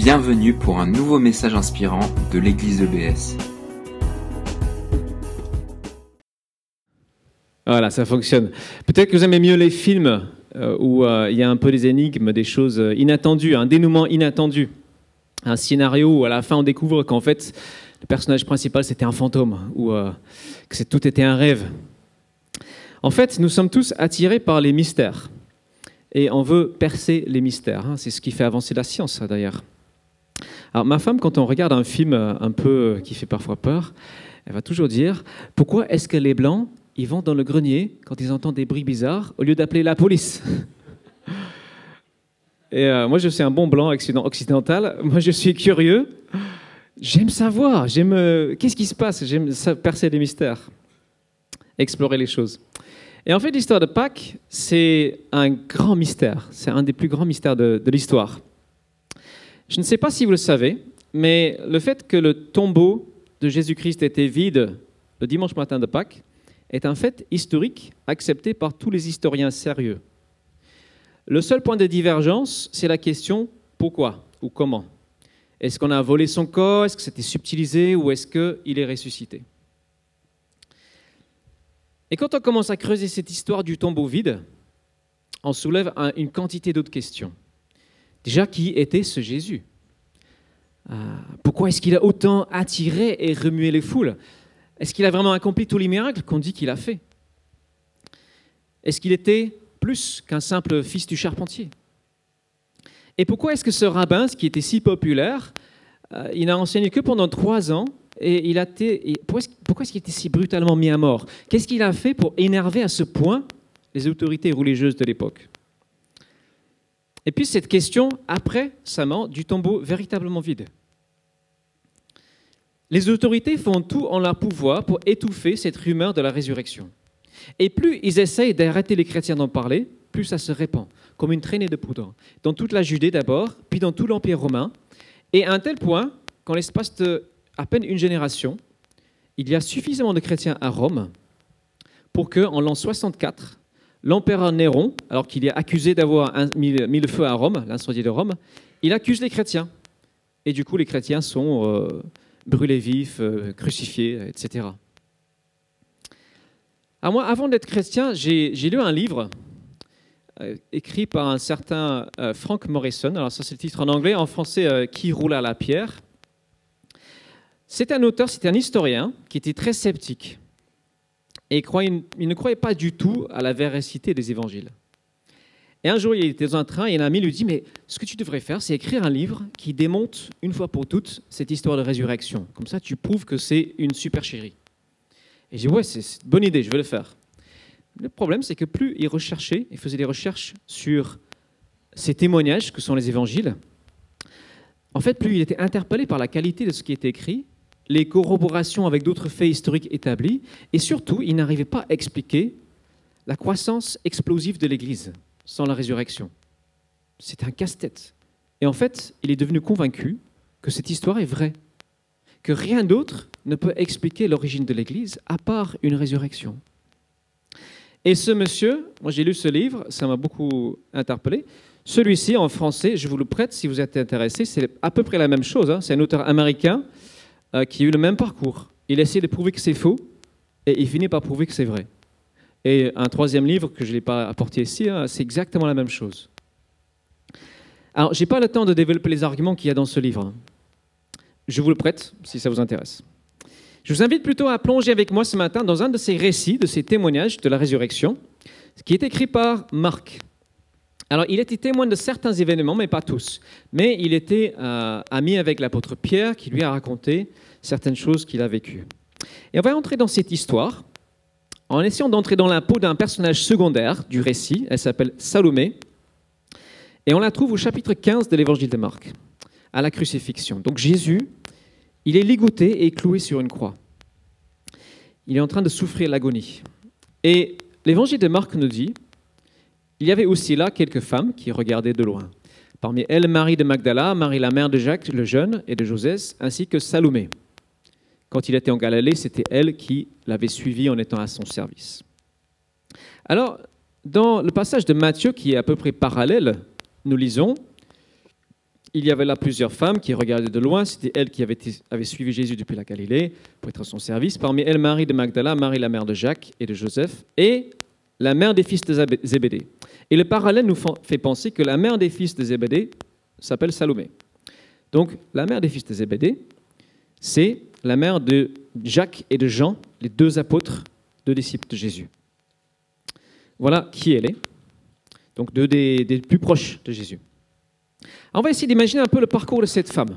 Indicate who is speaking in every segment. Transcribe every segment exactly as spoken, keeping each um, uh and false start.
Speaker 1: Bienvenue pour un nouveau message inspirant de l'Église E B S.
Speaker 2: Voilà, ça fonctionne. Peut-être que vous aimez mieux les films euh, où euh, il y a un peu des énigmes, des choses inattendues, un dénouement inattendu, un scénario où à la fin on découvre qu'en fait le personnage principal c'était un fantôme ou euh, que c'est, tout était un rêve. En fait, nous sommes tous attirés par les mystères et on veut percer les mystères. Hein. C'est ce qui fait avancer la science, ça, d'ailleurs. Alors ma femme, quand on regarde un film un peu qui fait parfois peur, elle va toujours dire « Pourquoi est-ce que les Blancs ils vont dans le grenier quand ils entendent des bruits bizarres au lieu d'appeler la police ?» Et euh, moi, je suis un bon blanc occidental. Moi, je suis curieux. J'aime savoir. J'aime. Euh, qu'est-ce qui se passe ? J'aime percer les mystères, explorer les choses. Et en fait, l'histoire de Pâques, c'est un grand mystère. C'est un des plus grands mystères de, de l'histoire. Je ne sais pas si vous le savez, mais le fait que le tombeau de Jésus-Christ était vide le dimanche matin de Pâques est un fait historique accepté par tous les historiens sérieux. Le seul point de divergence, c'est la question « pourquoi » ou « comment ». Est-ce qu'on a volé son corps ? Est-ce que c'était subtilisé ? Ou est-ce qu'il est ressuscité ? Et quand on commence à creuser cette histoire du tombeau vide, on soulève un, une quantité d'autres questions. Déjà, qui était ce Jésus ? euh, Pourquoi est-ce qu'il a autant attiré et remué les foules ? Est-ce qu'il a vraiment accompli tous les miracles qu'on dit qu'il a fait ? Est-ce qu'il était plus qu'un simple fils du charpentier ? Et pourquoi est-ce que ce rabbin, qui était si populaire, euh, il n'a enseigné que pendant trois ans et il a été, et pourquoi, est-ce, pourquoi est-ce qu'il était si brutalement mis à mort ? Qu'est-ce qu'il a fait pour énerver à ce point les autorités religieuses de l'époque ? Et puis cette question, après sa mort, du tombeau véritablement vide. Les autorités font tout en leur pouvoir pour étouffer cette rumeur de la résurrection. Et plus ils essayent d'arrêter les chrétiens d'en parler, plus ça se répand, comme une traînée de poudre, dans toute la Judée d'abord, puis dans tout l'Empire romain, et à un tel point qu'en l'espace de à peine une génération, il y a suffisamment de chrétiens à Rome pour qu'en l'an soixante-quatre, l'empereur Néron, alors qu'il est accusé d'avoir mis, mis le feu à Rome, l'incendie de Rome, il accuse les chrétiens. Et du coup, les chrétiens sont euh, brûlés vifs, euh, crucifiés, et cetera. Alors moi, avant d'être chrétien, j'ai, j'ai lu un livre euh, écrit par un certain euh, Frank Morrison. Alors ça, c'est le titre en anglais. En français, euh, « Qui roula la pierre ?» C'est un auteur, c'est un historien qui était très sceptique. Et il, croyait, il ne croyait pas du tout à la véracité des évangiles. Et un jour, il était dans un train et un ami lui dit « Mais ce que tu devrais faire, c'est écrire un livre qui démonte une fois pour toutes cette histoire de résurrection. Comme ça, tu prouves que c'est une supercherie. » Et j'ai dit « Ouais, c'est une bonne idée, je vais le faire. » Le problème, c'est que plus il recherchait, il faisait des recherches sur ces témoignages que sont les évangiles, en fait, plus il était interpellé par la qualité de ce qui était écrit, les corroborations avec d'autres faits historiques établis, et surtout, il n'arrivait pas à expliquer la croissance explosive de l'Église sans la résurrection. C'est un casse-tête. Et en fait, il est devenu convaincu que cette histoire est vraie, que rien d'autre ne peut expliquer l'origine de l'Église à part une résurrection. Et ce monsieur, moi j'ai lu ce livre, ça m'a beaucoup interpellé. Celui-ci, en français, je vous le prête si vous êtes intéressé, c'est à peu près la même chose. Hein. C'est un auteur américain euh, qui a eu le même parcours. Il essaie de prouver que c'est faux et il finit par prouver que c'est vrai. Et un troisième livre que je ne l'ai pas apporté ici, hein, c'est exactement la même chose. Alors, je n'ai pas le temps de développer les arguments qu'il y a dans ce livre. Hein. Je vous le prête si ça vous intéresse. Je vous invite plutôt à plonger avec moi ce matin dans un de ces récits, de ces témoignages de la résurrection, qui est écrit par Marc. Alors, il était témoin de certains événements, mais pas tous. Mais il était euh, ami avec l'apôtre Pierre, qui lui a raconté certaines choses qu'il a vécues. Et on va entrer dans cette histoire en essayant d'entrer dans la peau d'un personnage secondaire du récit. Elle s'appelle Salomé. Et on la trouve au chapitre quinze de l'évangile de Marc, à la crucifixion. Donc Jésus, il est ligoté et cloué sur une croix. Il est en train de souffrir l'agonie. Et l'évangile de Marc nous dit, il y avait aussi là quelques femmes qui regardaient de loin. Parmi elles, Marie de Magdala, Marie la mère de Jacques le jeune et de Josès, ainsi que Salomé. Quand il était en Galilée, c'était elle qui l'avait suivi en étant à son service. Alors, dans le passage de Matthieu, qui est à peu près parallèle, nous lisons il y avait là plusieurs femmes qui regardaient de loin. C'était elles qui avaient, été, avaient suivi Jésus depuis la Galilée pour être à son service. Parmi elles, Marie de Magdala, Marie la mère de Jacques et de Joseph, et la mère des fils de Zébédée. Et le parallèle nous fait penser que la mère des fils de Zébédée s'appelle Salomé. Donc, la mère des fils de Zébédée, c'est la mère de Jacques et de Jean, les deux apôtres, deux disciples de Jésus. Voilà qui elle est. Donc, deux des, des plus proches de Jésus. Alors, on va essayer d'imaginer un peu le parcours de cette femme.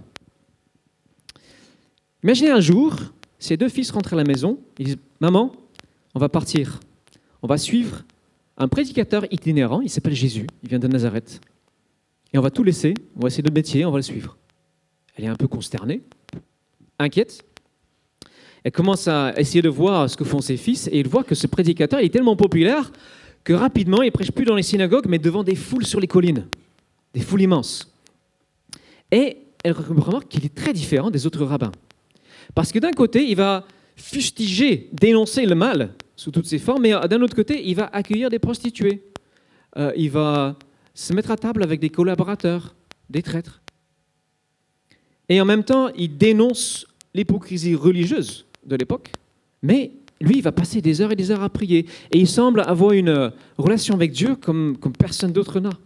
Speaker 2: Imaginez un jour, ses deux fils rentrent à la maison, ils disent « Maman, on va partir. On va suivre un prédicateur itinérant, il s'appelle Jésus, il vient de Nazareth. Et on va tout laisser, on va essayer de métier, on va le suivre. » Elle est un peu consternée, inquiète. Elle commence à essayer de voir ce que font ses fils et elle voit que ce prédicateur est tellement populaire que rapidement, il ne prêche plus dans les synagogues, mais devant des foules sur les collines, des foules immenses. Et elle remarque qu'il est très différent des autres rabbins. Parce que d'un côté, il va fustiger, dénoncer le mal sous toutes ses formes, mais d'un autre côté, il va accueillir des prostituées. Euh, il va se mettre à table avec des collaborateurs, des traîtres. Et en même temps, il dénonce l'hypocrisie religieuse de l'époque, mais lui, il va passer des heures et des heures à prier. Et il semble avoir une relation avec Dieu comme, comme personne d'autre n'a.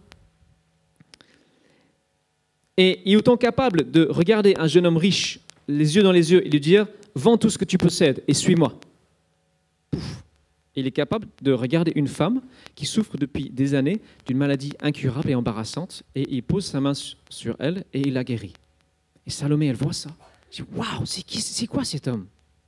Speaker 2: Et il est autant capable de regarder un jeune homme riche, les yeux dans les yeux, et lui dire « Vends tout ce que tu possèdes et suis-moi ». Pouf. Il est capable de regarder une femme qui souffre depuis des années d'une maladie incurable et embarrassante, et il pose sa main sur elle et il la guérit. Et Salomé, elle voit ça. Elle dit « Waouh, c'est qui, c'est quoi cet homme ?»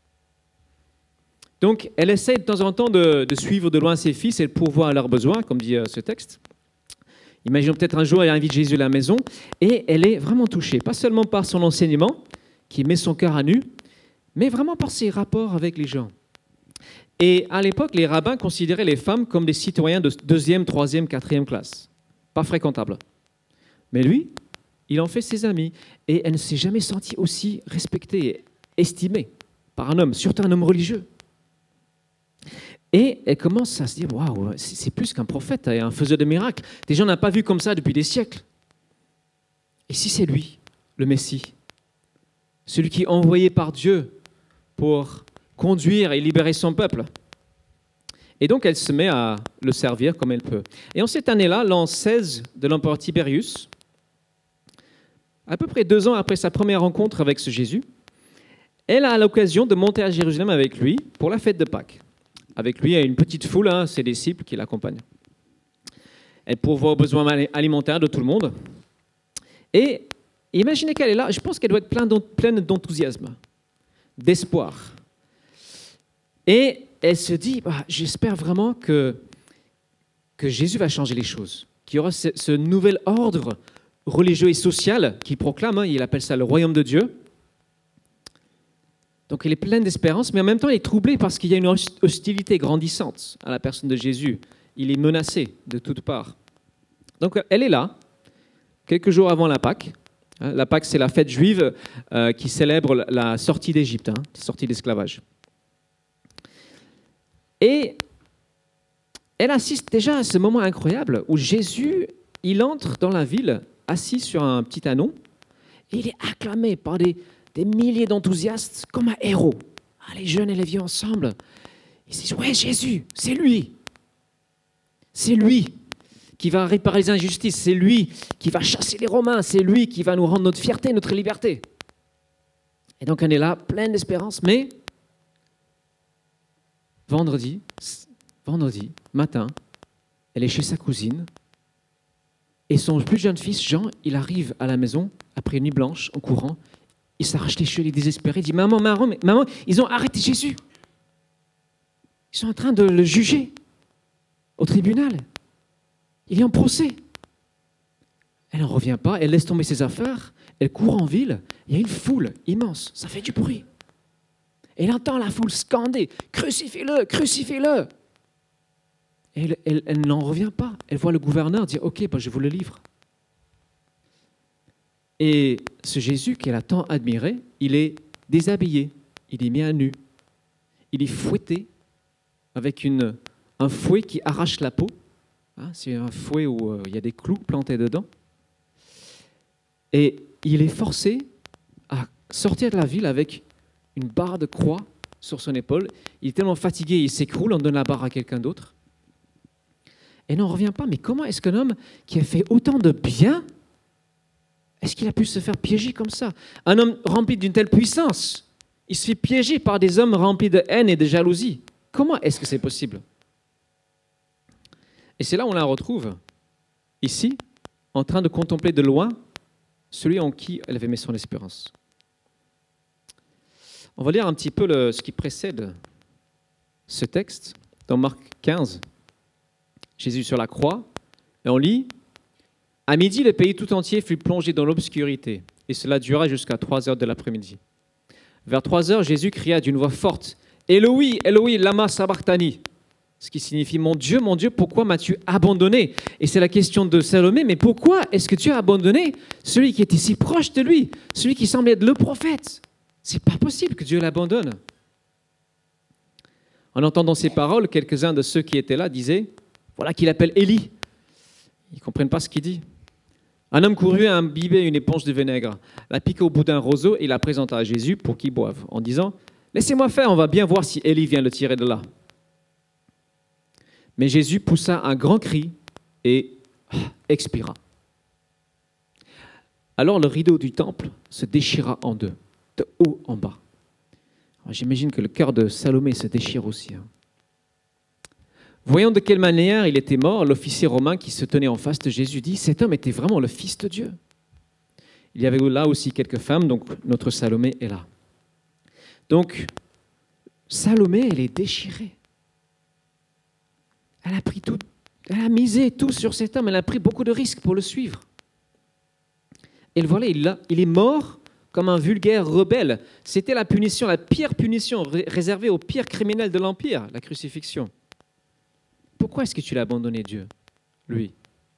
Speaker 2: Donc, elle essaie de temps en temps de, de suivre de loin ses fils et de pourvoir à leurs besoins, comme dit euh, ce texte. Imaginons peut-être un jour, elle invite Jésus à la maison et elle est vraiment touchée, pas seulement par son enseignement, qui met son cœur à nu, mais vraiment par ses rapports avec les gens. Et à l'époque, les rabbins considéraient les femmes comme des citoyens de deuxième, troisième, quatrième classe, pas fréquentables. Mais lui, il en fait ses amis et elle ne s'est jamais sentie aussi respectée et estimée par un homme, surtout un homme religieux. Et elle commence à se dire, waouh, c'est plus qu'un prophète, un faiseur de miracles. Des gens n'ont pas vu comme ça depuis des siècles. Et si c'est lui, le Messie, celui qui est envoyé par Dieu pour conduire et libérer son peuple. Et donc elle se met à le servir comme elle peut. Et en cette année-là, l'an seize de l'empereur Tibérius, à peu près deux ans après sa première rencontre avec ce Jésus, elle a l'occasion de monter à Jérusalem avec lui pour la fête de Pâques. Avec lui, il y a une petite foule, hein, ses disciples qui l'accompagnent. Elle pourvoit aux besoins alimentaires de tout le monde. Et imaginez qu'elle est là, je pense qu'elle doit être pleine d'enthousiasme, d'espoir. Et elle se dit, bah, j'espère vraiment que, que Jésus va changer les choses, qu'il y aura ce, ce nouvel ordre religieux et social qu'il proclame, hein, il appelle ça le royaume de Dieu. Donc elle est pleine d'espérance, mais en même temps elle est troublée parce qu'il y a une hostilité grandissante à la personne de Jésus. Il est menacé de toutes parts. Donc elle est là, quelques jours avant la Pâque. La Pâque, c'est la fête juive euh, qui célèbre la sortie d'Égypte, hein, la sortie d'esclavage. Et elle assiste déjà à ce moment incroyable où Jésus, il entre dans la ville, assis sur un petit ânon, et il est acclamé par des... des milliers d'enthousiastes comme un héros. Ah, les jeunes et les vieux ensemble. Ils se disent, ouais, Jésus, c'est lui. C'est lui qui va réparer les injustices. C'est lui qui va chasser les Romains. C'est lui qui va nous rendre notre fierté, notre liberté. Et donc, on est là, plein d'espérance. Mais, vendredi, vendredi matin, elle est chez sa cousine. Et son plus jeune fils, Jean, il arrive à la maison, après une nuit blanche, en courant. Il s'arrache les cheveux, il est désespéré, il dit « Maman, maman, maman, ils ont arrêté Jésus. Ils sont en train de le juger au tribunal. Il est en procès. » Elle n'en revient pas, elle laisse tomber ses affaires, elle court en ville, il y a une foule immense, ça fait du bruit. Et elle entend la foule scander « Crucifiez-le, crucifiez-le » Et elle, elle, elle n'en revient pas. Elle voit le gouverneur dire « Ok, ben je vous le livre. » Et ce Jésus qu'elle a tant admiré, il est déshabillé, il est mis à nu, il est fouetté avec une, un fouet qui arrache la peau. Hein, c'est un fouet où euh, il y a des clous plantés dedans. Et il est forcé à sortir de la ville avec une barre de croix sur son épaule. Il est tellement fatigué, il s'écroule, on donne la barre à quelqu'un d'autre. Et n'en revient pas, mais comment est-ce qu'un homme qui a fait autant de bien, est-ce qu'il a pu se faire piéger comme ça? Un homme rempli d'une telle puissance, il se fait piéger par des hommes remplis de haine et de jalousie. Comment est-ce que c'est possible? Et c'est là où on la retrouve, ici, en train de contempler de loin celui en qui elle avait mis son espérance. On va lire un petit peu le, ce qui précède ce texte, dans Marc quinze. Jésus sur la croix, et on lit « À midi, le pays tout entier fut plongé dans l'obscurité, et cela dura jusqu'à trois heures de l'après-midi. Vers trois heures, Jésus cria d'une voix forte « Eloi, Eloi, lama sabachthani » ce qui signifie « Mon Dieu, mon Dieu, pourquoi m'as-tu abandonné ?» Et c'est la question de Salomé, mais pourquoi est-ce que tu as abandonné celui qui était si proche de lui, celui qui semblait être le prophète? C'est pas possible que Dieu l'abandonne. En entendant ces paroles, quelques-uns de ceux qui étaient là disaient « Voilà qu'il appelle Élie ». Ils ne comprennent pas ce qu'il dit. Un homme courut à imbiber une éponge de vinaigre, la piqua au bout d'un roseau et la présenta à Jésus pour qu'il boive, en disant « Laissez-moi faire, on va bien voir si Élie vient le tirer de là. » Mais Jésus poussa un grand cri et expira. Alors le rideau du temple se déchira en deux, de haut en bas. Alors, j'imagine que le cœur de Salomé se déchire aussi. Hein. Voyant de quelle manière il était mort, l'officier romain qui se tenait en face de Jésus dit « Cet homme était vraiment le Fils de Dieu. » Il y avait là aussi quelques femmes, donc notre Salomé est là. Donc, Salomé, elle est déchirée. Elle a pris tout, elle a misé tout sur cet homme, elle a pris beaucoup de risques pour le suivre. Et voilà, il, a, il est mort comme un vulgaire rebelle. C'était la punition, la pire punition ré- réservée aux pires criminels de l'Empire, la crucifixion. Pourquoi est-ce que tu l'as abandonné, Dieu, lui?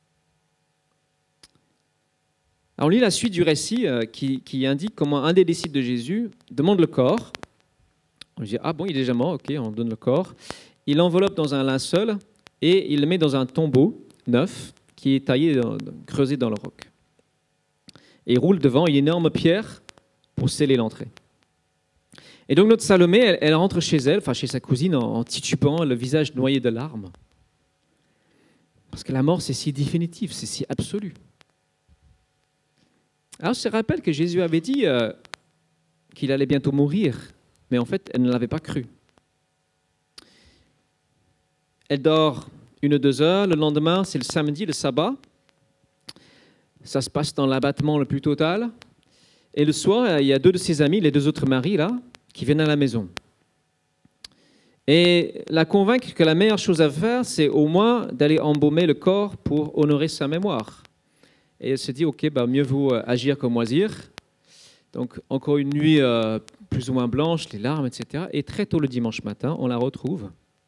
Speaker 2: Alors, on lit la suite du récit euh, qui, qui indique comment un des disciples de Jésus demande le corps. On dit, ah bon, il est déjà mort, ok, on donne le corps. Il l'enveloppe dans un linceul et il le met dans un tombeau neuf qui est taillé, dans, creusé dans le roc. Et il roule devant une énorme pierre pour sceller l'entrée. Et donc notre Salomé, elle, elle rentre chez elle, enfin chez sa cousine, en, en titubant, le visage noyé de larmes. Parce que la mort, c'est si définitif, c'est si absolu. Alors, je te rappelle que Jésus avait dit euh, qu'il allait bientôt mourir, mais en fait, elle ne l'avait pas cru. Elle dort une ou deux heures. Le lendemain, c'est le samedi, le sabbat. Ça se passe dans l'abattement le plus total. Et le soir, il y a deux de ses amis, les deux autres maris, là, qui viennent à la maison. Et la convaincre que la meilleure chose à faire, c'est au moins d'aller embaumer le corps pour honorer sa mémoire. Et elle se dit, ok, bah, mieux vaut agir que moisir. Donc, encore une nuit euh, plus ou moins blanche, les larmes, et cetera. Et très tôt le dimanche matin, on la retrouve.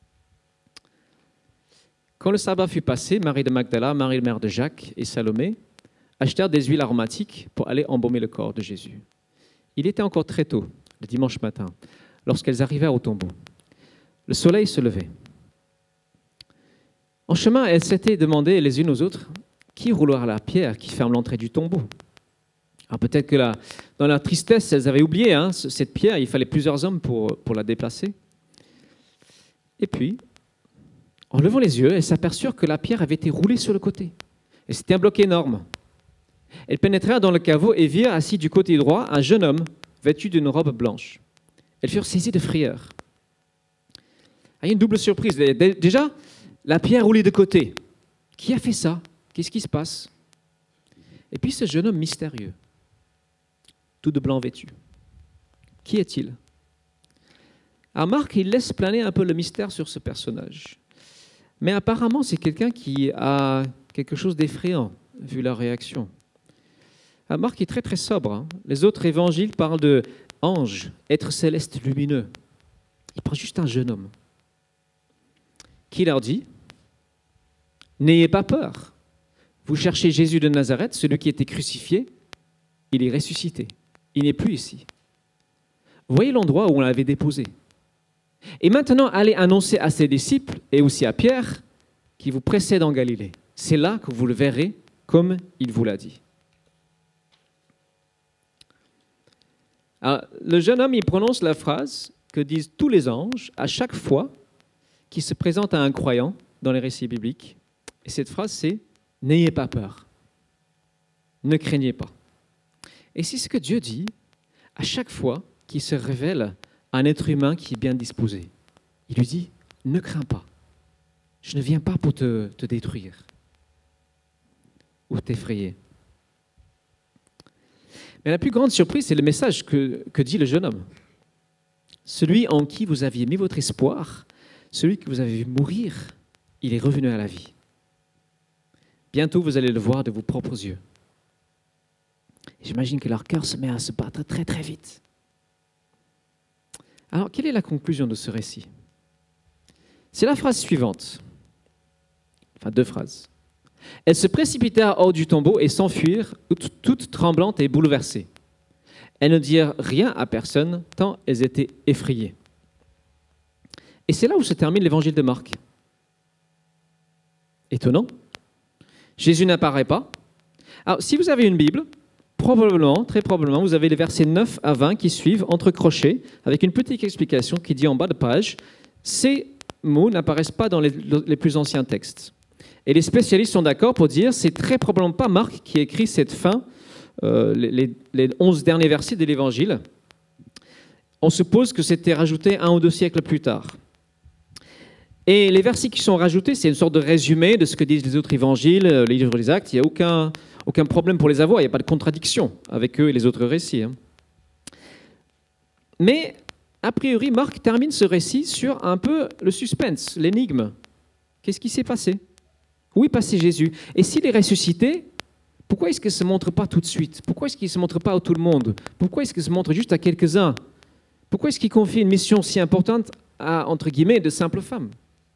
Speaker 2: Quand le sabbat fut passé, Marie de Magdala, Marie, mère de Jacques et Salomé achetèrent des huiles aromatiques pour aller embaumer le corps de Jésus. Il était encore très tôt, le dimanche matin, lorsqu'elles arrivèrent au tombeau. Le soleil se levait. En chemin, elles s'étaient demandé les unes aux autres qui roulera la pierre qui ferme l'entrée du tombeau. Alors peut-être que là, dans leur tristesse, elles avaient oublié hein, cette pierre, il fallait plusieurs hommes pour, pour la déplacer. Et puis, en levant les yeux, elles s'aperçurent que la pierre avait été roulée sur le côté. Et c'était un bloc énorme. Elles pénétrèrent dans le caveau et virent assis du côté droit un jeune homme vêtu d'une robe blanche. Elles furent saisies de frayeur. Il y a une double surprise. Déjà, la pierre roulée de côté. Qui a fait ça? Qu'est-ce qui se passe? Et puis ce jeune homme mystérieux, tout de blanc vêtu. Qui est-il? Alors Marc, il laisse planer un peu le mystère sur ce personnage. Mais apparemment, c'est quelqu'un qui a quelque chose d'effrayant, vu leur réaction. Alors Marc est très très sobre. Hein. Les autres évangiles parlent de ange, être céleste lumineux. Il prend juste un jeune homme. Qui leur dit, n'ayez pas peur. Vous cherchez Jésus de Nazareth, celui qui était crucifié, il est ressuscité. Il n'est plus ici. Voyez l'endroit où on l'avait déposé. Et maintenant, allez annoncer à ses disciples et aussi à Pierre qui vous précède en Galilée. C'est là que vous le verrez comme il vous l'a dit. Alors, le jeune homme, il prononce la phrase que disent tous les anges à chaque fois qu'ils se présentent à un croyant dans les récits bibliques. Et cette phrase, c'est « N'ayez pas peur, ne craignez pas ». Et c'est ce que Dieu dit à chaque fois qu'il se révèle à un être humain qui est bien disposé. Il lui dit « Ne crains pas, je ne viens pas pour te, te détruire ou t'effrayer ». Mais la plus grande surprise, c'est le message que, que dit le jeune homme. Celui en qui vous aviez mis votre espoir, celui que vous avez vu mourir, il est revenu à la vie. Bientôt, vous allez le voir de vos propres yeux. J'imagine que leur cœur se met à se battre très très vite. Alors, quelle est la conclusion de ce récit? C'est la phrase suivante. Enfin, deux phrases. Elles se précipitèrent hors du tombeau et s'enfuirent, toutes tremblantes et bouleversées. Elles ne dirent rien à personne, tant elles étaient effrayées. Et c'est là où se termine l'évangile de Marc. Étonnant. Jésus n'apparaît pas. Alors, si vous avez une Bible, probablement, très probablement, vous avez les versets neuf à vingt qui suivent, entrecrochés, avec une petite explication qui dit en bas de page, ces mots n'apparaissent pas dans les, les plus anciens textes. Et les spécialistes sont d'accord pour dire c'est très probablement pas Marc qui a écrit cette fin, euh, les, les onze derniers versets de l'Évangile. On suppose que c'était rajouté un ou deux siècles plus tard. Et les versets qui sont rajoutés, c'est une sorte de résumé de ce que disent les autres évangiles, les livres des Actes. Il n'y a aucun, aucun problème pour les avoir, il n'y a pas de contradiction avec eux et les autres récits. Mais, a priori, Marc termine ce récit sur un peu le suspense, l'énigme. Qu'est-ce qui s'est passé? Où est passé Jésus? Et s'il est ressuscité, pourquoi est-ce qu'il ne se montre pas tout de suite? Pourquoi est-ce qu'il ne se montre pas à tout le monde? Pourquoi est-ce qu'il se montre juste à quelques-uns? Pourquoi est-ce qu'il confie une mission si importante à, entre guillemets, de simples femmes?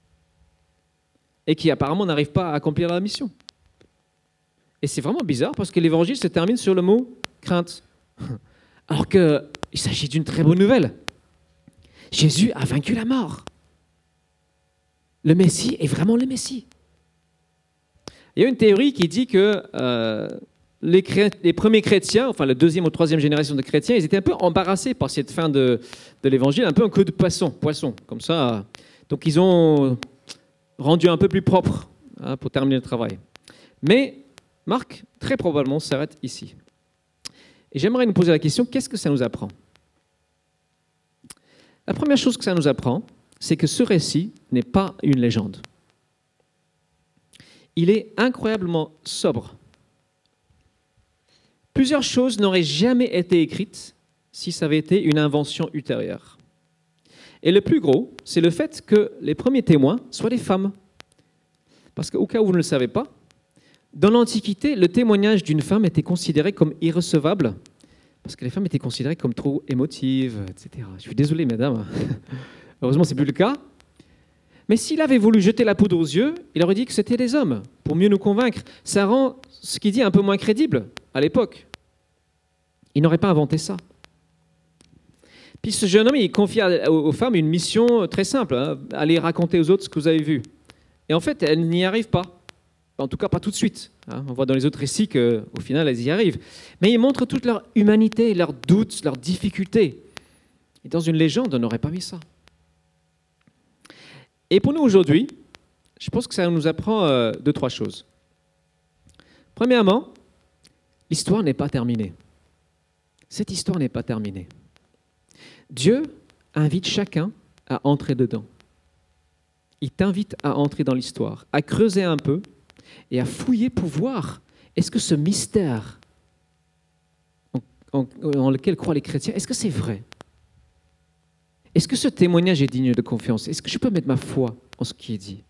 Speaker 2: Et qui apparemment n'arrivent pas à accomplir la mission. Et c'est vraiment bizarre parce que l'évangile se termine sur le mot « crainte ». Alors qu'il s'agit d'une très bonne nouvelle. Jésus a vaincu la mort. Le Messie est vraiment le Messie. Il y a une théorie qui dit que euh, les, cré... les premiers chrétiens, enfin la deuxième ou troisième génération de chrétiens, ils étaient un peu embarrassés par cette fin de, de l'évangile, un peu un coup de poisson, poisson, comme ça. Donc ils ont rendu un peu plus propre hein, pour terminer le travail. Mais Marc, très probablement, s'arrête ici. Et j'aimerais nous poser la question, qu'est-ce que ça nous apprend? La première chose que ça nous apprend, c'est que ce récit n'est pas une légende. Il est incroyablement sobre. Plusieurs choses n'auraient jamais été écrites si ça avait été une invention ultérieure. Et le plus gros, c'est le fait que les premiers témoins soient des femmes. Parce qu'au cas où vous ne le savez pas, dans l'Antiquité, le témoignage d'une femme était considéré comme irrecevable, parce que les femmes étaient considérées comme trop émotives, et cetera. Je suis désolé, mesdames. Heureusement, ce n'est plus le cas. Mais s'il avait voulu jeter la poudre aux yeux, il aurait dit que c'était des hommes, pour mieux nous convaincre. Ça rend ce qu'il dit un peu moins crédible à l'époque. Il n'aurait pas inventé ça. Puis ce jeune homme, il confie aux femmes une mission très simple, hein, aller raconter aux autres ce que vous avez vu. Et en fait, elles n'y arrivent pas. En tout cas, pas tout de suite. Hein. On voit dans les autres récits qu'au final, elles y arrivent. Mais ils montrent toute leur humanité, leurs doutes, leurs difficultés. Et dans une légende, on n'aurait pas mis ça. Et pour nous aujourd'hui, je pense que ça nous apprend euh, deux, trois choses. Premièrement, l'histoire n'est pas terminée. Cette histoire n'est pas terminée. Dieu invite chacun à entrer dedans. Il t'invite à entrer dans l'histoire, à creuser un peu et à fouiller pour voir, est-ce que ce mystère en, en, en lequel croient les chrétiens, est-ce que c'est vrai? Est-ce que ce témoignage est digne de confiance? Est-ce que je peux mettre ma foi en ce qui est dit?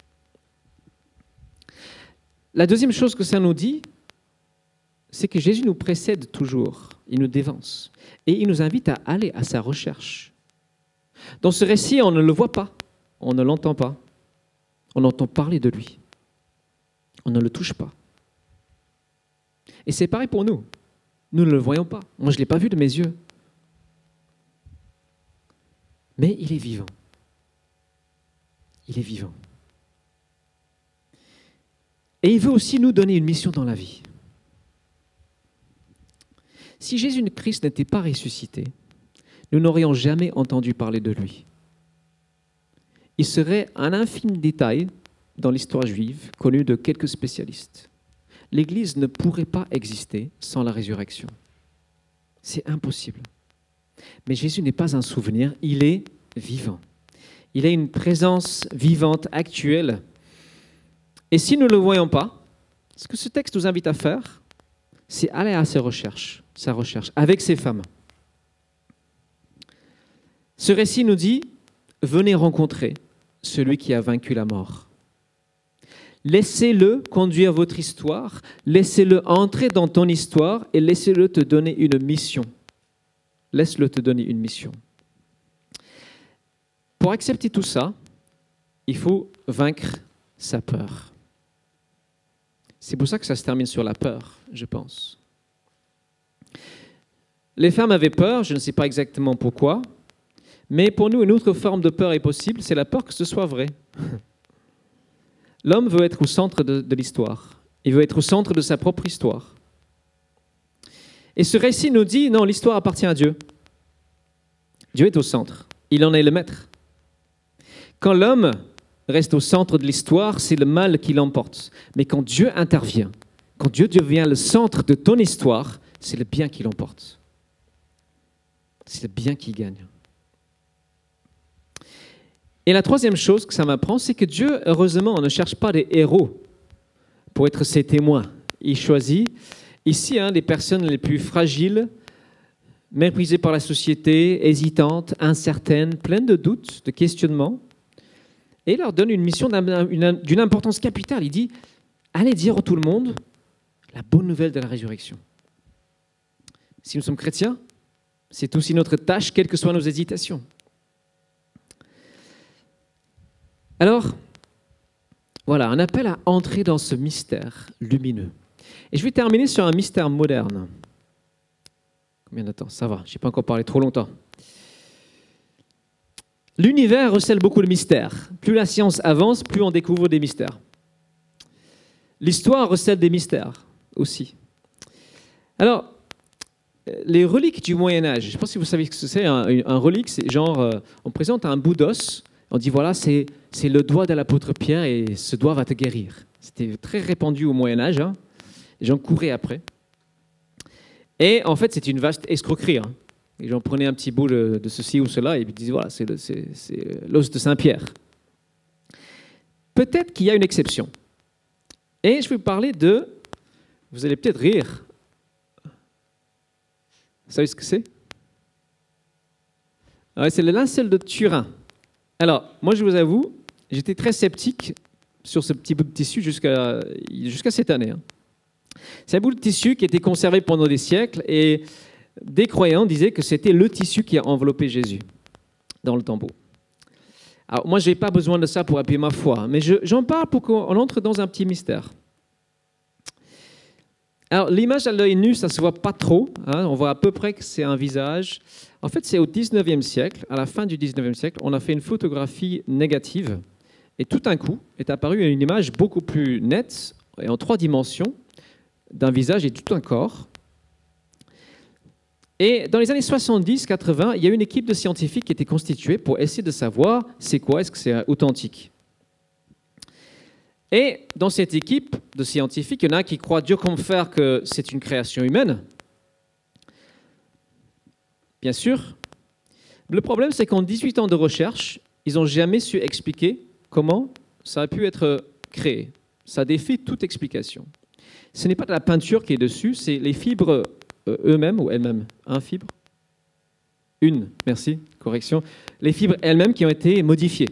Speaker 2: La deuxième chose que ça nous dit, c'est que Jésus nous précède toujours, il nous dévance, et il nous invite à aller à sa recherche. Dans ce récit, on ne le voit pas, on ne l'entend pas, on entend parler de lui, on ne le touche pas. Et c'est pareil pour nous, nous ne le voyons pas, moi je ne l'ai pas vu de mes yeux. Mais il est vivant. Il est vivant. Et il veut aussi nous donner une mission dans la vie. Si Jésus-Christ n'était pas ressuscité, nous n'aurions jamais entendu parler de lui. Il serait un infime détail dans l'histoire juive connu de quelques spécialistes. L'Église ne pourrait pas exister sans la résurrection. C'est impossible. Mais Jésus n'est pas un souvenir, il est vivant. Il a une présence vivante, actuelle. Et si nous ne le voyons pas, ce que ce texte nous invite à faire, c'est aller à ses recherches, sa recherche, avec ces femmes. Ce récit nous dit, venez rencontrer celui qui a vaincu la mort. Laissez-le conduire votre histoire, laissez-le entrer dans ton histoire et laissez-le te donner une mission. Laisse-le te donner une mission. Pour accepter tout ça, il faut vaincre sa peur. C'est pour ça que ça se termine sur la peur, je pense. Les femmes avaient peur, je ne sais pas exactement pourquoi, mais pour nous, une autre forme de peur est possible, c'est la peur que ce soit vrai. L'homme veut être au centre de, de l'histoire. Il veut être au centre de sa propre histoire. Et ce récit nous dit, non, l'histoire appartient à Dieu. Dieu est au centre. Il en est le maître. Quand l'homme reste au centre de l'histoire, c'est le mal qui l'emporte. Mais quand Dieu intervient, quand Dieu devient le centre de ton histoire, c'est le bien qui l'emporte. C'est le bien qui gagne. Et la troisième chose que ça m'apprend, c'est que Dieu, heureusement, ne cherche pas des héros pour être ses témoins. Il choisit ici hein, les personnes les plus fragiles, méprisées par la société, hésitantes, incertaines, pleines de doutes, de questionnements, et il leur donne une mission d'une importance capitale. Il dit, allez dire à tout le monde la bonne nouvelle de la résurrection. Si nous sommes chrétiens, c'est aussi notre tâche, quelles que soient nos hésitations. Alors, voilà, un appel à entrer dans ce mystère lumineux. Et je vais terminer sur un mystère moderne. Combien de temps? Ça va, je n'ai pas encore parlé trop longtemps. L'univers recèle beaucoup de mystères. Plus la science avance, plus on découvre des mystères. L'histoire recèle des mystères aussi. Alors, les reliques du Moyen-Âge, je ne sais pas si vous savez ce que c'est, un, un relique, c'est genre, euh, on présente un bout d'os, on dit voilà, c'est, c'est le doigt de l'apôtre Pierre et ce doigt va te guérir. C'était très répandu au Moyen-Âge, hein. Les gens couraient après. Et en fait, c'était une vaste escroquerie. Hein. Les gens prenaient un petit bout de, de ceci ou cela et ils disaient voilà, c'est, le, c'est, c'est l'os de Saint-Pierre. Peut-être qu'il y a une exception. Et je vais vous parler de, vous allez peut-être rire. Vous savez ce que c'est? Ouais, c'est le linceul de Turin. Alors, moi je vous avoue, j'étais très sceptique sur ce petit bout de tissu jusqu'à, jusqu'à cette année. Hein. C'est un bout de tissu qui était conservé pendant des siècles et des croyants disaient que c'était le tissu qui a enveloppé Jésus dans le tombeau. Alors moi, je n'ai pas besoin de ça pour appuyer ma foi, mais je, j'en parle pour qu'on entre dans un petit mystère. Alors l'image à l'œil nu, ça ne se voit pas trop, hein, on voit à peu près que c'est un visage. En fait, c'est au dix-neuvième siècle, à la fin du dix-neuvième siècle, on a fait une photographie négative et tout d'un coup est apparue une image beaucoup plus nette et en trois dimensions d'un visage et tout un corps. Et dans les années soixante-dix quatre-vingts, il y a une équipe de scientifiques qui était constituée pour essayer de savoir c'est quoi, est-ce que c'est authentique. Et dans cette équipe de scientifiques, il y en a qui croient dur comme fer que c'est une création humaine. Bien sûr. Le problème, c'est qu'en dix-huit ans de recherche, ils n'ont jamais su expliquer comment ça a pu être créé. Ça défie toute explication. Ce n'est pas de la peinture qui est dessus, c'est les fibres eux-mêmes ou elles-mêmes. Un fibre Une, merci, correction. Les fibres elles-mêmes qui ont été modifiées.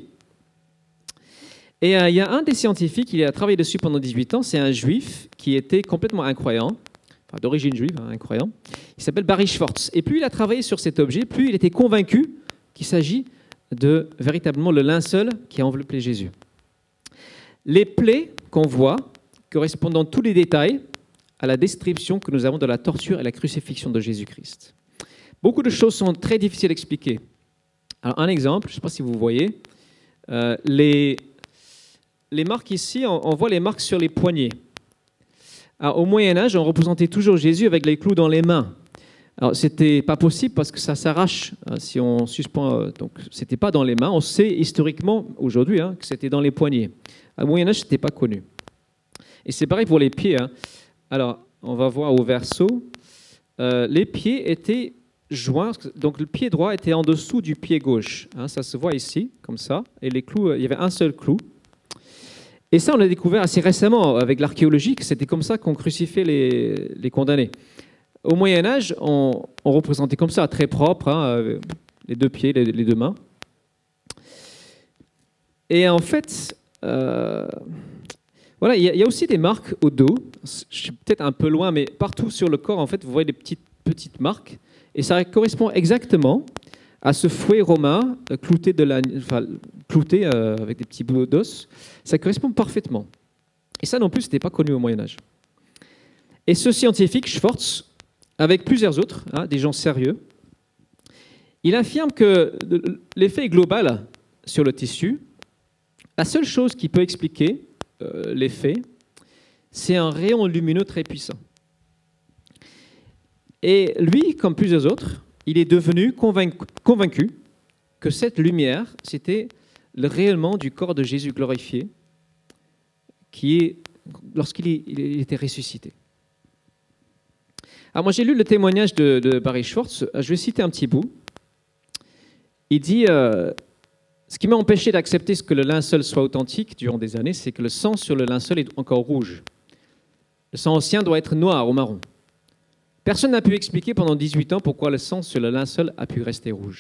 Speaker 2: Et euh, il y a un des scientifiques, il a travaillé dessus pendant dix-huit ans, c'est un juif qui était complètement incroyant, enfin d'origine juive, hein, incroyant. Il s'appelle Barry Schwartz. Et plus il a travaillé sur cet objet, plus il était convaincu qu'il s'agit de véritablement le linceul qui a enveloppé Jésus. Les plaies qu'on voit correspondent dans tous les détails à la description que nous avons de la torture et la crucifixion de Jésus-Christ. Beaucoup de choses sont très difficiles à expliquer. Alors un exemple, je ne sais pas si vous voyez, euh, les... Les marques ici, on voit les marques sur les poignets. Alors, au Moyen-Âge, on représentait toujours Jésus avec les clous dans les mains. Alors, c'était pas possible parce que ça s'arrache hein, si on suspend. Euh, donc, c'était pas dans les mains. On sait historiquement aujourd'hui hein, que c'était dans les poignets. Au Moyen Âge, c'était pas connu. Et c'est pareil pour les pieds. Hein. Alors, on va voir au verso. Euh, les pieds étaient joints. Donc, le pied droit était en dessous du pied gauche. Hein, ça se voit ici, comme ça. Et les clous, il y avait un seul clou. Et ça, on l'a découvert assez récemment avec l'archéologie. Que c'était comme ça qu'on crucifiait les, les condamnés. Au Moyen-Âge, on, on représentait comme ça, très propre, hein, les deux pieds, les, les deux mains. Et en fait, euh, voilà, il y, y a aussi des marques au dos. Je suis peut-être un peu loin, mais partout sur le corps, en fait, vous voyez des petites, petites marques. Et ça correspond exactement à ce fouet romain euh, clouté, de la, enfin, clouté euh, avec des petits bouts d'os. Ça correspond parfaitement. Et ça non plus, ce n'était pas connu au Moyen-Âge. Et ce scientifique, Schwartz, avec plusieurs autres, hein, des gens sérieux, il affirme que l'effet est global sur le tissu. La seule chose qui peut expliquer euh, l'effet, c'est un rayon lumineux très puissant. Et lui, comme plusieurs autres, il est devenu convaincu, convaincu que cette lumière, c'était le rayonnement du corps de Jésus glorifié, qui est lorsqu'il il était ressuscité. Alors moi, j'ai lu le témoignage de, de Barry Schwartz. Je vais citer un petit bout. Il dit euh, « Ce qui m'a empêché d'accepter ce que le linceul soit authentique durant des années, c'est que le sang sur le linceul est encore rouge. Le sang ancien doit être noir ou marron. Personne n'a pu expliquer pendant dix-huit ans pourquoi le sang sur le linceul a pu rester rouge. »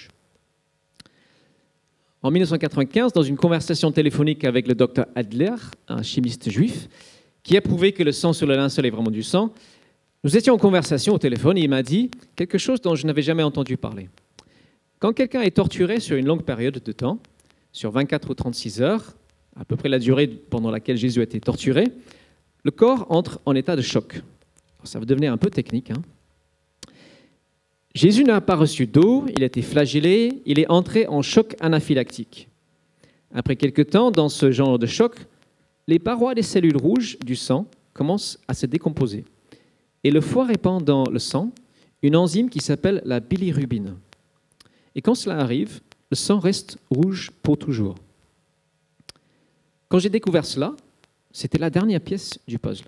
Speaker 2: En mille neuf cent quatre-vingt-quinze, dans une conversation téléphonique avec le docteur Adler, un chimiste juif, qui a prouvé que le sang sur le linceul est vraiment du sang, nous étions en conversation au téléphone et il m'a dit quelque chose dont je n'avais jamais entendu parler. Quand quelqu'un est torturé sur une longue période de temps, sur vingt-quatre ou trente-six heures, à peu près la durée pendant laquelle Jésus a été torturé, le corps entre en état de choc. Alors, ça va devenir un peu technique. Hein. Jésus n'a pas reçu d'eau, il a été flagellé, il est entré en choc anaphylactique. Après quelque temps, dans ce genre de choc, les parois des cellules rouges du sang commencent à se décomposer. Et le foie répand dans le sang une enzyme qui s'appelle la bilirubine. Et quand cela arrive, le sang reste rouge pour toujours. Quand j'ai découvert cela, c'était la dernière pièce du puzzle.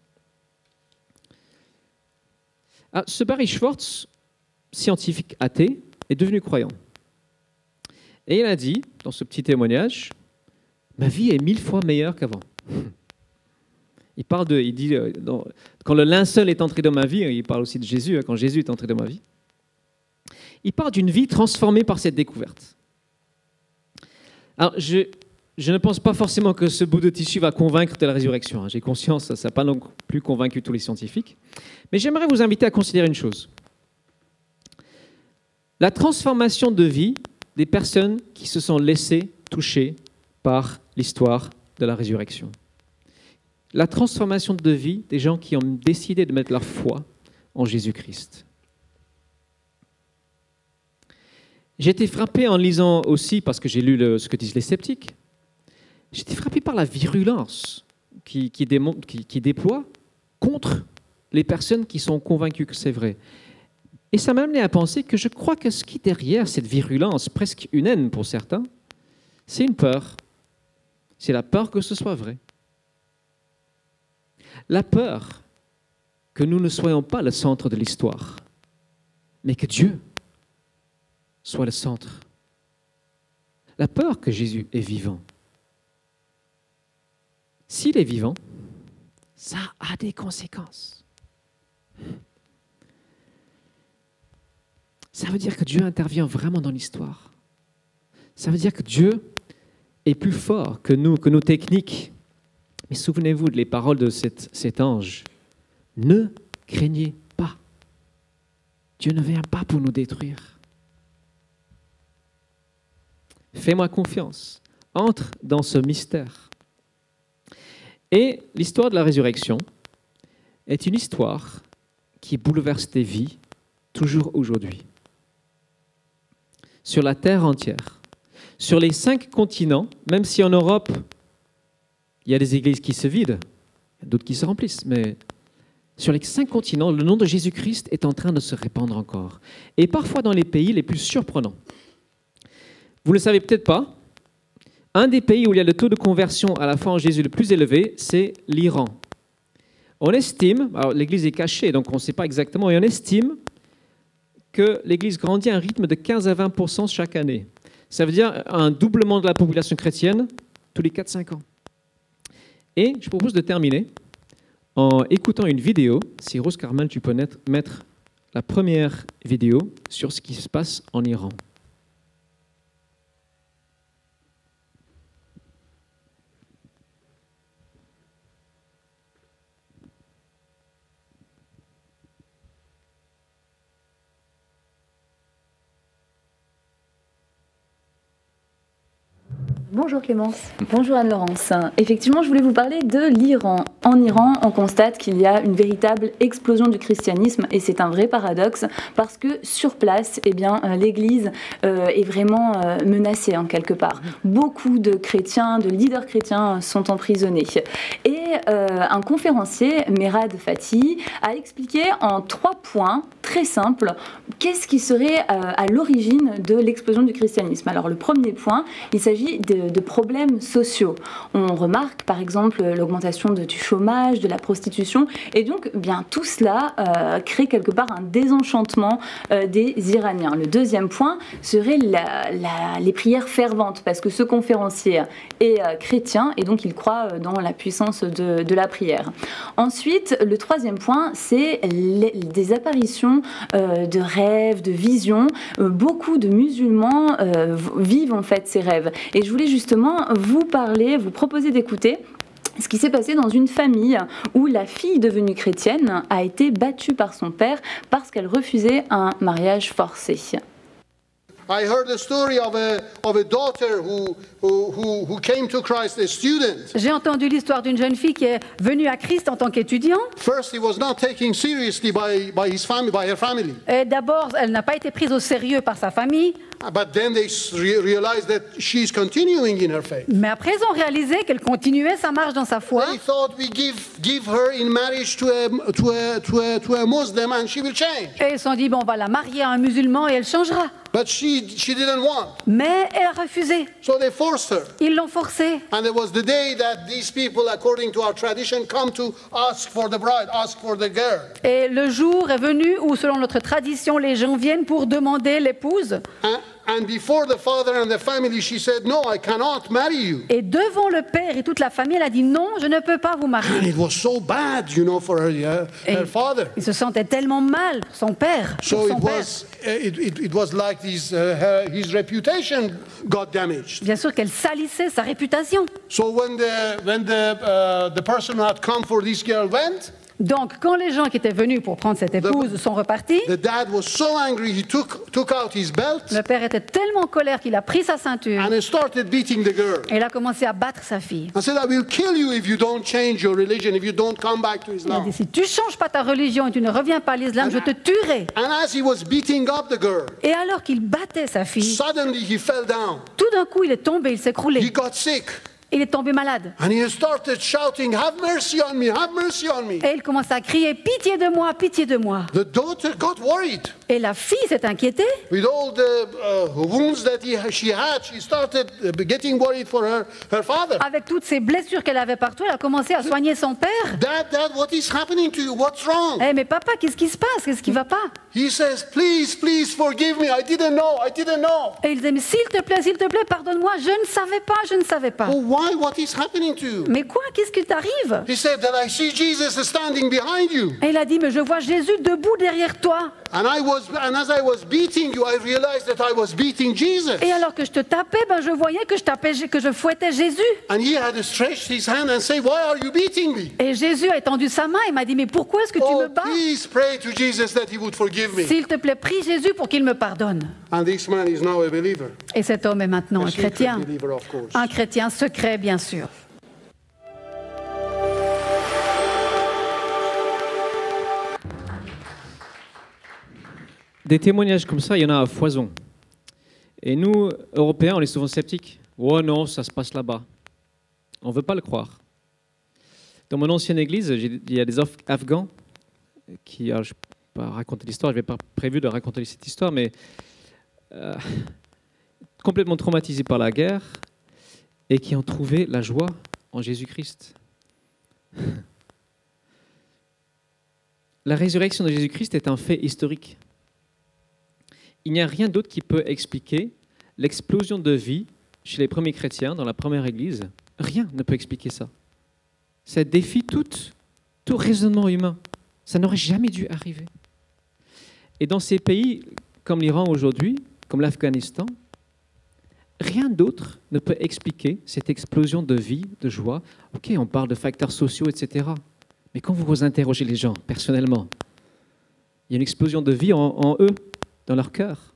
Speaker 2: Ah, ce Barry Schwartz, scientifique athée, est devenu croyant. Et il a dit, dans ce petit témoignage, « Ma vie est mille fois meilleure qu'avant. » Il parle de, il dit, euh, dans, quand le linceul est entré dans ma vie, il parle aussi de Jésus, hein, quand Jésus est entré dans ma vie. Il parle d'une vie transformée par cette découverte. Alors, je, je ne pense pas forcément que ce bout de tissu va convaincre de la résurrection. Hein. J'ai conscience, ça n'a pas non plus convaincu tous les scientifiques. Mais j'aimerais vous inviter à considérer une chose. La transformation de vie des personnes qui se sont laissées toucher par l'histoire de la résurrection. La transformation de vie des gens qui ont décidé de mettre leur foi en Jésus-Christ. J'ai été frappé en lisant aussi, parce que j'ai lu le, ce que disent les sceptiques, j'ai été frappé par la virulence qui, qui, démontre, qui, qui déploie contre les personnes qui sont convaincues que c'est vrai. Et ça m'a amené à penser que je crois que ce qui est derrière cette virulence, presque une haine pour certains, c'est une peur. C'est la peur que ce soit vrai. La peur que nous ne soyons pas le centre de l'histoire, mais que Dieu soit le centre. La peur que Jésus est vivant. S'il est vivant, ça a des conséquences. Ça veut dire que Dieu intervient vraiment dans l'histoire. Ça veut dire que Dieu est plus fort que nous, que nos techniques. Mais souvenez-vous des paroles de cet, cet ange. Ne craignez pas. Dieu ne vient pas pour nous détruire. Fais-moi confiance. Entre dans ce mystère. Et l'histoire de la résurrection est une histoire qui bouleverse des vies toujours aujourd'hui. Sur la terre entière. Sur les cinq continents, même si en Europe, il y a des églises qui se vident, d'autres qui se remplissent, mais sur les cinq continents, le nom de Jésus-Christ est en train de se répandre encore. Et parfois dans les pays les plus surprenants. Vous ne le savez peut-être pas, un des pays où il y a le taux de conversion à la foi en Jésus le plus élevé, c'est l'Iran. On estime, alors l'Église est cachée, donc on ne sait pas exactement, et on estime que l'Église grandit à un rythme de quinze à vingt pour cent chaque année. Ça veut dire un doublement de la population chrétienne tous les quatre à cinq ans. Et je propose de terminer en écoutant une vidéo. Si Rose Carmel, tu peux mettre la première vidéo sur ce qui se passe en Iran.
Speaker 3: Bonjour Clémence. Bonjour Anne-Laurence. Effectivement, je voulais vous parler de l'Iran. En Iran, on constate qu'il y a une véritable explosion du christianisme et c'est un vrai paradoxe parce que sur place, eh bien, l'Église euh, est vraiment euh, menacée en quelque part. Beaucoup de chrétiens, de leaders chrétiens sont emprisonnés. Et euh, un conférencier, Merad Fatih, a expliqué en trois points très simples qu'est-ce qui serait euh, à l'origine de l'explosion du christianisme. Alors le premier point, il s'agit de de problèmes sociaux. On remarque par exemple l'augmentation du chômage, de la prostitution, et donc bien tout cela euh, crée quelque part un désenchantement euh, des Iraniens. Le deuxième point serait la, la, les prières ferventes, parce que ce conférencier est euh, chrétien et donc il croit dans la puissance de, de la prière. Ensuite, le troisième point, c'est les, des apparitions euh, de rêves, de visions. Euh, beaucoup de musulmans euh, vivent en fait ces rêves. Et je voulais justement vous parler, vous proposer d'écouter ce qui s'est passé dans une famille où la fille devenue chrétienne a été battue par son père parce qu'elle refusait un mariage forcé.
Speaker 4: I heard the story of a of a daughter who who who, who came to Christ, a student.
Speaker 5: J'ai entendu l'histoire d'une jeune fille qui est venue à Christ en tant qu'étudiant.
Speaker 4: First, he was not taken seriously by by his family, by her family.
Speaker 5: Et d'abord, elle n'a pas été prise au sérieux par sa famille.
Speaker 4: But then they re- realized that she's continuing in her faith.
Speaker 5: Mais après, ils ont réalisé qu'elle continuait sa marche dans sa foi.
Speaker 4: They thought we give give her in marriage to a to a to a to a Muslim and she will change.
Speaker 5: Et ils se sont dit, bon, on va la marier à un musulman et elle changera.
Speaker 4: But she she didn't want.
Speaker 5: Mais elle a refusé.
Speaker 4: So they forced her.
Speaker 5: Ils l'ont forcée.
Speaker 4: And it was the day that these people, according to our tradition, come to ask for the bride, ask for the girl.
Speaker 5: Et le jour est venu où, selon notre tradition, les gens viennent pour demander l'épouse.
Speaker 4: And, and before the father and the family, she said, "No, I cannot marry you."
Speaker 5: Et devant le père et toute la famille, elle a dit non, je ne peux pas vous
Speaker 4: And
Speaker 5: marier.
Speaker 4: it was so bad, you know, for her, uh,
Speaker 5: Et
Speaker 4: her father.
Speaker 5: il se sentait tellement mal pour son père. Pour
Speaker 4: So
Speaker 5: son
Speaker 4: it
Speaker 5: père.
Speaker 4: was, uh, it, it, it was like his, uh, her, his reputation got damaged.
Speaker 5: Bien sûr qu'elle salissait sa réputation.
Speaker 4: So when the when the uh, the person who had come for this girl went,
Speaker 5: Donc, quand les gens qui étaient venus pour prendre cette épouse sont repartis,
Speaker 4: the dad was so angry he took took out his belt
Speaker 5: le père était tellement en colère qu'il a pris sa ceinture
Speaker 4: and he started beating the girl.
Speaker 5: et il a commencé à battre sa fille.
Speaker 4: I said, "I will kill you if you don't change your religion, if you don't come back to
Speaker 5: Il a
Speaker 4: Islam."
Speaker 5: dit, si tu ne changes pas ta religion et tu ne reviens pas à l'islam, je te tuerai.
Speaker 4: And as he was beating up the girl,
Speaker 5: Et alors qu'il battait sa fille,
Speaker 4: suddenly he fell down.
Speaker 5: tout d'un coup, il est tombé, il s'est
Speaker 4: He
Speaker 5: écroulé.
Speaker 4: got sick.
Speaker 5: Il est tombé malade.
Speaker 4: And he started shouting, "Have mercy on me, have mercy on me."
Speaker 5: Et il commence à crier, pitié de moi, pitié de moi.
Speaker 4: The daughter got worried.
Speaker 5: Et la fille s'est inquiétée.
Speaker 4: With all the uh, wounds that he, she had, she started uh, getting worried for her, her father.
Speaker 5: Avec toutes ces blessures qu'elle avait partout, elle a commencé à soigner son père.
Speaker 4: Dad, Dad, what is happening to you? What's wrong?
Speaker 5: Eh mais papa, qu'est-ce qui se passe? Qu'est-ce qui va pas?
Speaker 4: He says, "Please, please forgive me. I didn't know. I didn't know."
Speaker 5: Et il disait, mais s'il te plaît, s'il te plaît, pardonne-moi, je ne savais pas, je ne savais pas.
Speaker 4: Oh, why? What is happening to you?
Speaker 5: Mais quoi? Qu'est-ce qui t'arrive?
Speaker 4: He said that I see Jesus standing behind you.
Speaker 5: Et il a dit, mais je vois Jésus debout derrière toi.
Speaker 4: And I was, and as I was beating you, I realized that I was beating Jesus.
Speaker 5: Et alors que je te tapais, ben je voyais que je tapais, que je fouettais Jésus.
Speaker 4: And he had stretched his hand and said, "Why are you beating me?"
Speaker 5: Et Jésus a étendu sa main et m'a dit, mais pourquoi est-ce que tu
Speaker 4: Oh,
Speaker 5: me bats?
Speaker 4: please pray to Jesus that he would forgive me.
Speaker 5: S'il te plaît, prie Jésus pour qu'il me pardonne.
Speaker 4: And this man is now a believer.
Speaker 5: Et cet homme est maintenant
Speaker 4: A
Speaker 5: un
Speaker 4: secret
Speaker 5: chrétien.
Speaker 4: believer, of course.
Speaker 5: Un chrétien secret, bien sûr.
Speaker 2: Des témoignages comme ça, il y en a à foison. Et nous, Européens, on est souvent sceptiques. Oh non, ça se passe là-bas. On ne veut pas le croire. Dans mon ancienne église, il y a des Afghans qui, alors, je ne vais pas raconter l'histoire, je n'avais pas prévu de raconter cette histoire, mais euh, complètement traumatisés par la guerre et qui ont trouvé la joie en Jésus-Christ. La résurrection de Jésus-Christ est un fait historique. Il n'y a rien d'autre qui peut expliquer l'explosion de vie chez les premiers chrétiens dans la première Église. Rien ne peut expliquer ça. Ça défie tout, tout raisonnement humain. Ça n'aurait jamais dû arriver. Et dans ces pays comme l'Iran aujourd'hui, comme l'Afghanistan, rien d'autre ne peut expliquer cette explosion de vie, de joie. Ok, on parle de facteurs sociaux, et cetera. Mais quand vous interrogez les gens personnellement, il y a une explosion de vie en, en eux, dans leur cœur.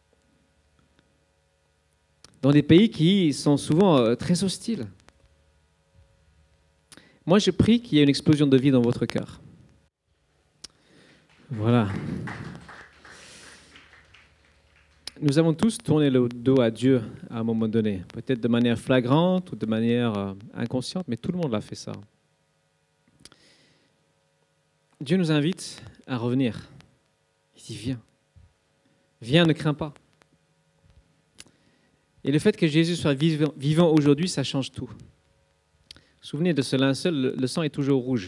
Speaker 2: Dans des pays qui sont souvent euh, très hostiles. Moi, je prie qu'il y ait une explosion de vie dans votre cœur. Voilà. Nous avons tous tourné le dos à Dieu à un moment donné, peut-être de manière flagrante ou de manière euh, inconsciente, mais tout le monde l'a fait ça. Dieu nous invite à revenir. Il dit, viens. Viens, ne crains pas. Et le fait que Jésus soit vivant aujourd'hui, ça change tout. Vous vous souvenez de ce linceul, le sang est toujours rouge.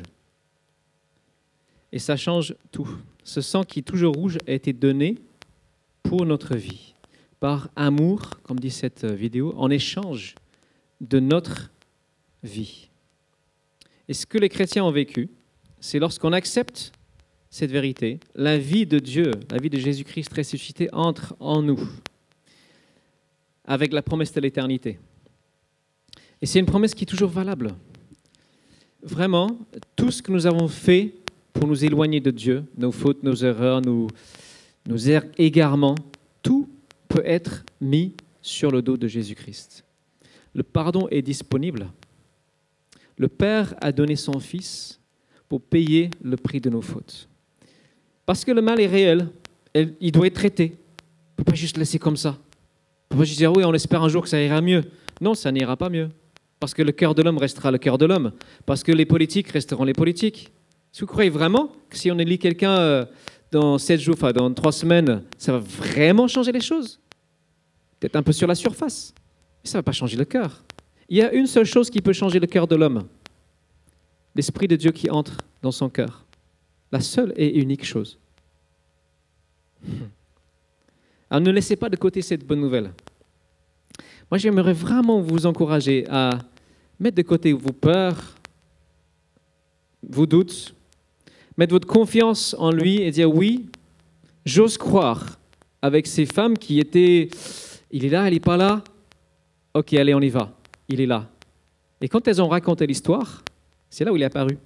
Speaker 2: Et ça change tout. Ce sang qui est toujours rouge a été donné pour notre vie, par amour, comme dit cette vidéo, en échange de notre vie. Et ce que les chrétiens ont vécu, c'est lorsqu'on accepte cette vérité, la vie de Dieu, la vie de Jésus-Christ ressuscité entre en nous, avec la promesse de l'éternité. Et c'est une promesse qui est toujours valable. Vraiment, tout ce que nous avons fait pour nous éloigner de Dieu, nos fautes, nos erreurs, nos, nos égarements, tout peut être mis sur le dos de Jésus-Christ. Le pardon est disponible. Le Père a donné son Fils pour payer le prix de nos fautes. Parce que le mal est réel, il doit être traité. On ne peut pas juste laisser comme ça. On ne peut pas juste dire, oui, on espère un jour que ça ira mieux. Non, ça n'ira pas mieux. Parce que le cœur de l'homme restera le cœur de l'homme. Parce que les politiques resteront les politiques. Est-ce que vous croyez vraiment que si on élit quelqu'un dans sept jours, enfin dans trois semaines, ça va vraiment changer les choses? Peut-être un peu sur la surface. Mais ça ne va pas changer le cœur. Il y a une seule chose qui peut changer le cœur de l'homme. L'Esprit de Dieu qui entre dans son cœur. La seule et unique chose. Alors ne laissez pas de côté cette bonne nouvelle. Moi, j'aimerais vraiment vous encourager à mettre de côté vos peurs, vos doutes, mettre votre confiance en lui et dire oui, j'ose croire avec ces femmes qui étaient, il est là, elle n'est pas là, ok, allez, on y va, il est là. Et quand elles ont raconté l'histoire, c'est là où il est apparu.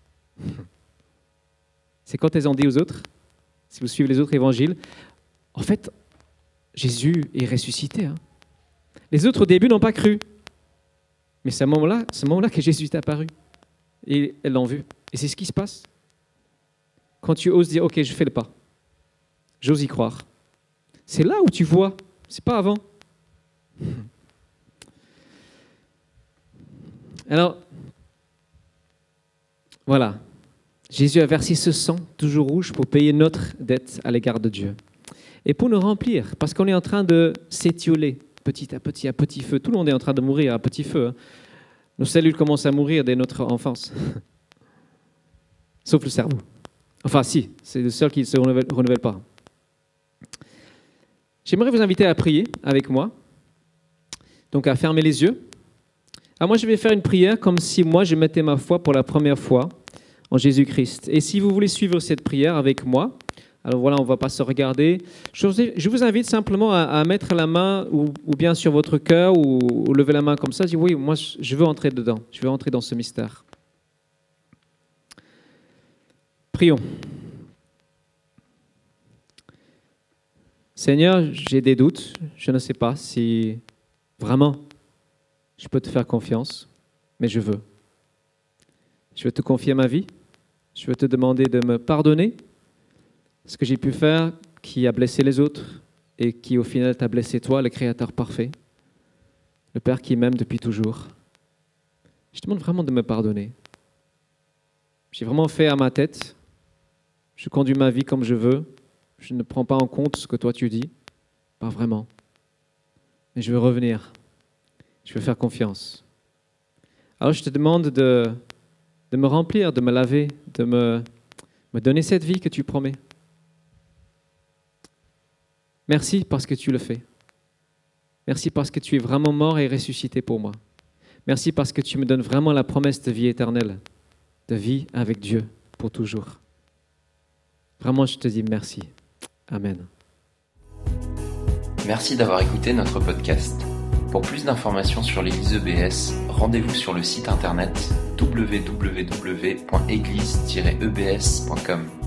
Speaker 2: C'est quand elles ont dit aux autres, si vous suivez les autres évangiles, en fait, Jésus est ressuscité. Hein. Les autres au début n'ont pas cru. Mais c'est à ce moment-là, ce moment-là que Jésus est apparu. Et elles l'ont vu. Et c'est ce qui se passe. Quand tu oses dire, ok, je fais le pas. J'ose y croire. C'est là où tu vois. C'est pas avant. Alors, voilà. Jésus a versé ce sang toujours rouge pour payer notre dette à l'égard de Dieu. Et pour nous remplir, parce qu'on est en train de s'étioler petit à petit, à petit feu. Tout le monde est en train de mourir à petit feu. Hein. Nos cellules commencent à mourir dès notre enfance. Sauf le cerveau. Enfin, si, c'est le seul qui ne se renouvelle, renouvelle pas. J'aimerais vous inviter à prier avec moi. Donc, à fermer les yeux. Alors, moi, je vais faire une prière comme si moi, je mettais ma foi pour la première fois en Jésus-Christ. Et si vous voulez suivre cette prière avec moi, alors voilà, on ne va pas se regarder. Je vous invite simplement à, à mettre la main ou, ou bien sur votre cœur ou, ou lever la main comme ça. Dire oui, moi, je veux entrer dedans. Je veux entrer dans ce mystère. Prions. Seigneur, j'ai des doutes. Je ne sais pas si vraiment je peux te faire confiance, mais je veux. Je veux te confier ma vie. Je veux te demander de me pardonner ce que j'ai pu faire qui a blessé les autres et qui au final t'a blessé toi, le Créateur parfait, le Père qui m'aime depuis toujours. Je te demande vraiment de me pardonner. J'ai vraiment fait à ma tête Je conduis ma vie comme je veux. Je ne prends pas en compte ce que toi tu dis. Pas vraiment. Mais je veux revenir. Je veux faire confiance. Alors je te demande de, de me remplir, de me laver, de me, me donner cette vie que tu promets. Merci parce que tu le fais. Merci parce que tu es vraiment mort et ressuscité pour moi. Merci parce que tu me donnes vraiment la promesse de vie éternelle, de vie avec Dieu pour toujours. Vraiment, je te dis merci. Amen.
Speaker 1: Merci d'avoir écouté notre podcast. Pour plus d'informations sur l'Église E B S, rendez-vous sur le site internet w w w point église tiret e b s point com.